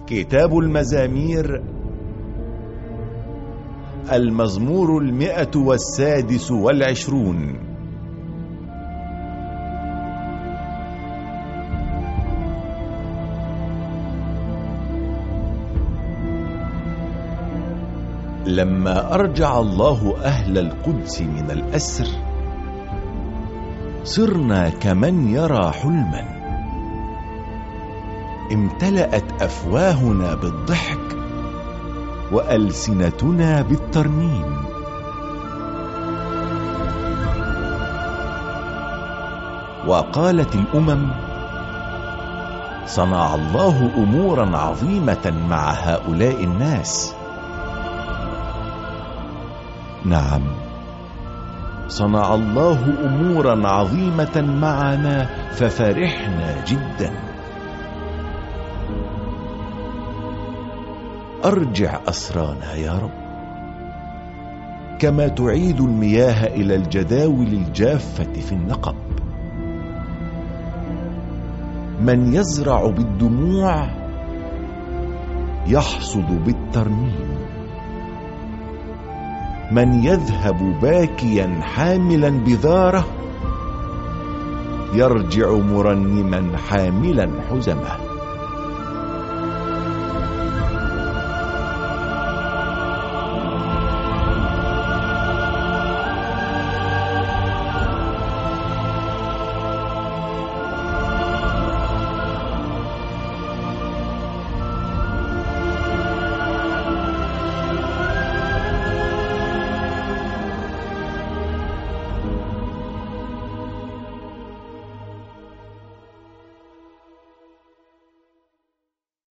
كتاب المزامير، المزمور 126. لما أرجع الله أهل القدس من الأسر، صرنا كمن يرى حلما. امتلأت أفواهنا بالضحك وألسنتنا بالترنيم. وقالت الأمم: صنع الله أمورا عظيمة مع هؤلاء الناس. نعم، صنع الله أمورا عظيمة معنا ففرحنا جدا. أرجع أسرانا يا رب، كما تعيد المياه إلى الجداول الجافة في النقب. من يزرع بالدموع يحصد بالترنيم. من يذهب باكيا حاملا بذاره يرجع مرنما حاملا حزمه.